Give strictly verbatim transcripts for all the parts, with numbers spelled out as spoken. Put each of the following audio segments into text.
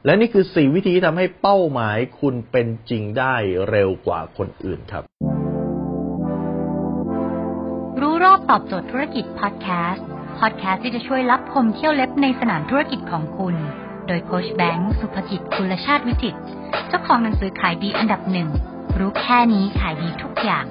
และนี่คือสี่วิธีที่ทำให้เป้าหมายคุณเป็นจริงได้เร็วกว่าคนอื่นครับรู้รอบตอบโจทย์ธุรกิจพอดแคสต์พอดแคสต์ที่จะช่วยลับพมเที่ยวเล็บในสนามธุรกิจของคุณโดยโค้ชแบงค์สุภกิจกุลชาติวิจิตรเจ้าของหนังสือขายดีอันดับหนึ่งรู้แค่นี้ขายดีทุกอย่าง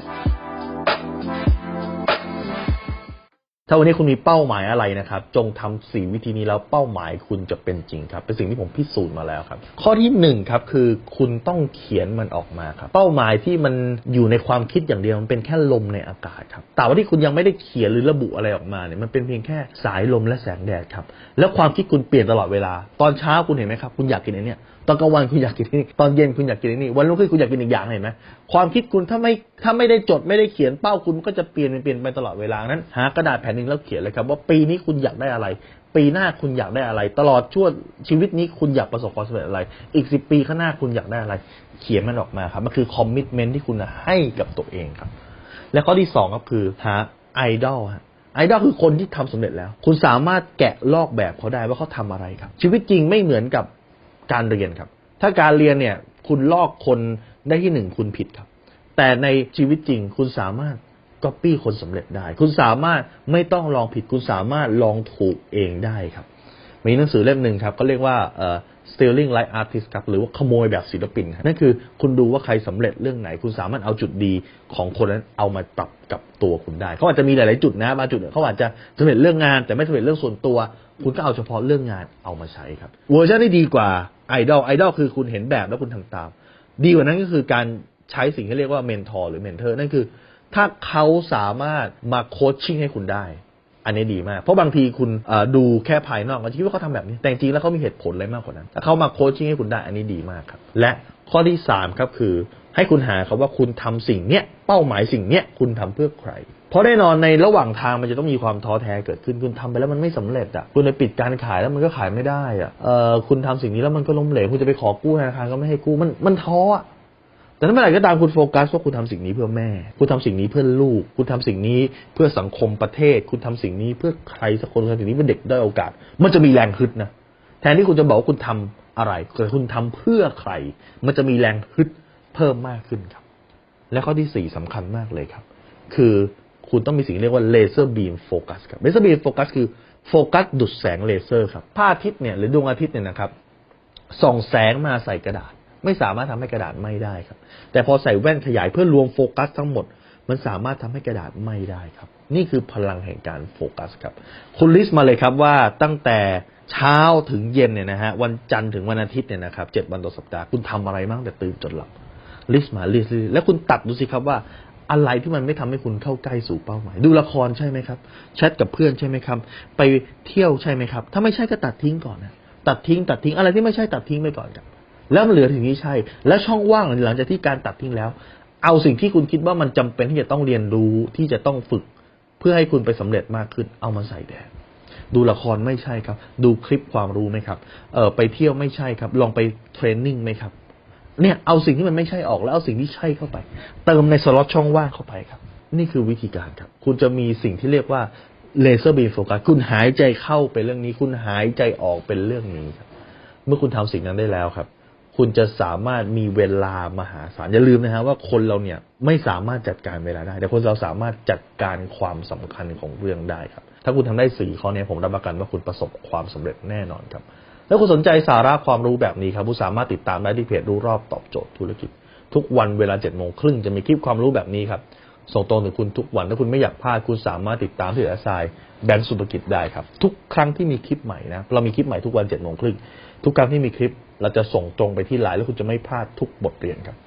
ถ้าวันนี้คุณมีเป้าหมายอะไรนะครับจงทำสี่วิธีนี้แล้วเป้าหมายคุณจะเป็นจริงครับเป็นสิ่งที่ผมพิสูจน์มาแล้วครับข้อที่หนึ่งครับคือคุณต้องเขียนมันออกมาครับเป้าหมายที่มันอยู่ในความคิดอย่างเดียวมันเป็นแค่ลมในอากาศครับแต่ว่าที่คุณยังไม่ได้เขียนหรือระบุอะไรออกมาเนี่ยมันเป็นเพียงแค่สายลมและแสงแดดครับแล้วความคิดคุณเปลี่ยนตลอดเวลาตอนเช้าคุณเห็นไหมครับคุณอยากกินไอ้นี่ตอนกลางวันคุณอยากกินนี่ตอนเย็นคุณอยากกินนี่วันรุ่งขึ้นคุณอยากกินอีกอย่างเห็นไหมความคิดคุณถ้าไม่ถ้าไม่ได้จดไม่ได้เขียนเป้าคุณก็จะเปลี่ยนเปลี่ยนไปตลอดเวลานั้นหากระดาษแผ่นนึงแล้วเขียนเลยครับว่าปีนี้คุณอยากได้อะไรปีหน้าคุณอยากได้อะไรตลอดช่วงชีวิตนี้คุณอยากประสบความสำเร็จอะไรอีกสิบปีข้างหน้าคุณอยากได้อะไรเขียนมันออกมาครับมันคือคอมมิตเมนท์ที่คุณให้กับตัวเองครับและข้อที่สองก็คือหาไอดอลฮะไอดอลคือคนที่ทำสำเร็จแล้วคุณสามารถแกะลอกแบบเขาได้ว่าเขาทำอะไรครับชีวิตจริงไม่เหมือนกับการเรียนครับถ้าการเรียนเนี่ยคุณลอกคนได้ที่หนึ่งคุณผิดครับแต่ในชีวิตจริงคุณสามารถก๊อปปี้คนสำเร็จได้คุณสามารถไม่ต้องลองผิดคุณสามารถลองถูกเองได้ครับมีหนังสือเล่มหนึ่งครับก็เรียกว่าเอ่อ stealing like artist ครับหรือว่าขโมยแบบศิลปินครับนั่นคือคุณดูว่าใครสำเร็จเรื่องไหนคุณสามารถเอาจุดดีของคนนั้นเอามาปรับกับตัวคุณได้เขาอาจจะมีหลายๆจุดนะบางจุดเขาอาจจะสำเร็จเรื่องงานแต่ไม่สำเร็จเรื่องส่วนตัวคุณก็เอาเฉพาะเรื่องงานเอามาใช้ครับเวอร์ชันที่ดีกว่าไอดอลไอดอลคือคุณเห็นแบบแล้วคุณทำตามดีกว่านั้นก็คือการใช้สิ่งที่เรียกว่าเมนทอร์หรือเมนเทอร์นั่นคือถ้าเขาสามารถมาโคชชิ่งให้คุณได้อันนี้ดีมากเพราะบางทีคุณดูแค่ภายนอกก็คิดว่าเขาทำแบบนี้แต่จริงๆแล้วเขามีเหตุผลอะไรมากกว่านั้นถ้าเขามาโคชชิ่งให้คุณได้อันนี้ดีมากครับและข้อที่สามครับคือให้คุณหาครับว่าคุณทำสิ่งเนี้ยเป้าหมายสิ่งเนี้ยคุณทำเพื่อใครเพราะแน่นอนในระหว่างทางมันจะต้องมีความท้อแท้เกิดขึ้นคุณทำไปแล้วมันไม่สำเร็จอ่ะคุณไปปิดการขายแล้วมันก็ขายไม่ได้อ่ะเอ่อคุณทำสิ่งนี้แล้วมันก็ล้มเหลวคุณจะไปขอกู้ธนาคารก็ไม่ให้กู้มันมันท้อแต่ถ้าเมื่อไหร่ก็ตามคุณโฟกัสว่าคุณทำสิ่งนี้เพื่อแม่คุณทำสิ่งนี้เพื่อลูกคุณทำสิ่งนี้เพื่อสังคมประเทศคุณทำสิ่งนี้เพื่อใครสักคนทำสิ่งนี้เพื่อเด็กได้โอกาสมันจะมีแรงฮึดนะแทนที่คุณจะบอกว่าคุณทำอะไรแต่คุณทำเพื่อใครมันจะมีแรงฮึดเพิ่มมากขึ้นครับและข้อที่สี่สำคัญมากเลยครับคือคุณต้องมีสิ่งเรียกว่าเลเซอร์บีมโฟกัสครับเลเซอร์บีมโฟกัสคือโฟกัสดุจแสงเลเซอร์ครับพระอาทิตย์เนี่ยหรือดวงอาทิตย์เนี่ยนะครับส่องแสงมาใส่กระดาษไม่สามารถทำให้กระดาษไหม้ได้ครับแต่พอใส่แว่นขยายเพื่อรวมโฟกัสทั้งหมดมันสามารถทำให้กระดาษไหม้ได้ครับนี่คือพลังแห่งการโฟกัสครับคุณลิสต์มาเลยครับว่าตั้งแต่เช้าถึงเย็นเนี่ยนะฮะวันจันทร์ถึงวันอาทิตย์เนี่ยนะครับเจ็ดวันต่อสัปดาห์คุณทำอะไรบ้างแต่ตื่นจนหลับลิสต์มาลิสต์แล้วคุณตัดดูสิครับว่าอะไรที่มันไม่ทำให้คุณเข้าใกล้สู่เป้าหมายดูละครใช่ไหมครับแชทกับเพื่อนใช่ไหมครับไปเที่ยวใช่ไหมครับถ้าไม่ใช่ก็ตัดทิ้งก่อนนะตัดทิ้งตัดทิ้งอะไรที่ไม่ใช่ตัดทิ้งไปก่อนครับแล้วมันเหลือถึงนี้ใช่และช่องว่างหลังจากที่การตัดทิ้งแล้วเอาสิ่งที่คุณคิดว่ามันจำเป็นที่จะต้องเรียนรู้ที่จะต้องฝึกเพื่อให้คุณไปสำเร็จมากขึ้นเอามาใส่แทนดูละครไม่ใช่ครับดูคลิปความรู้ไหมครับเออไปเที่ยวไม่ใช่ครับลองไปเทรนนิ่งไหมครับเนี่ยเอาสิ่งที่มันไม่ใช่ออกแล้วเอาสิ่งที่ใช่เข้าไปเติมในสล็อตช่องว่างเข้าไปครับนี่คือวิธีการครับคุณจะมีสิ่งที่เรียกว่าเลเซอร์บีมโฟกัสคุณหายใจเข้าเป็นเรื่องนี้คุณหายใจออกเป็นเรื่องนี้ครับเมื่อคุณทำสิ่งนั้นได้แล้วครับคุณจะสามารถมีเวลามหาศาลอย่าลืมนะฮะว่าคนเราเนี่ยไม่สามารถจัดการเวลาได้แต่คนเราสามารถจัดการความสำคัญของเรื่องได้ครับถ้าคุณทำได้สี่ข้อนี้ผมรับประกันว่าคุณประสบความสำเร็จแน่นอนครับแล้วคุณสนใจสาระความรู้แบบนี้ครับคุณสามารถติดตามได้ที่เพจรู้รอบตอบโจทย์ธุรกิจทุกวันเวลาเจ็ดโมงครึ่งจะมีคลิปความรู้แบบนี้ครับส่งตรงถึงคุณทุกวันถ้าคุณไม่อยากพลาดคุณสามารถติดตามที่แอสไซน์แบงค์สุภกิจได้ครับทุกครั้งที่มีคลิปใหม่นะเรามีคลิปใหม่ทุกวันเจ็ดโมงครึ่งทุกครั้งที่มีคลิปเราจะส่งตรงไปที่ไลน์แล้วคุณจะไม่พลาดทุกบทเรียนครับ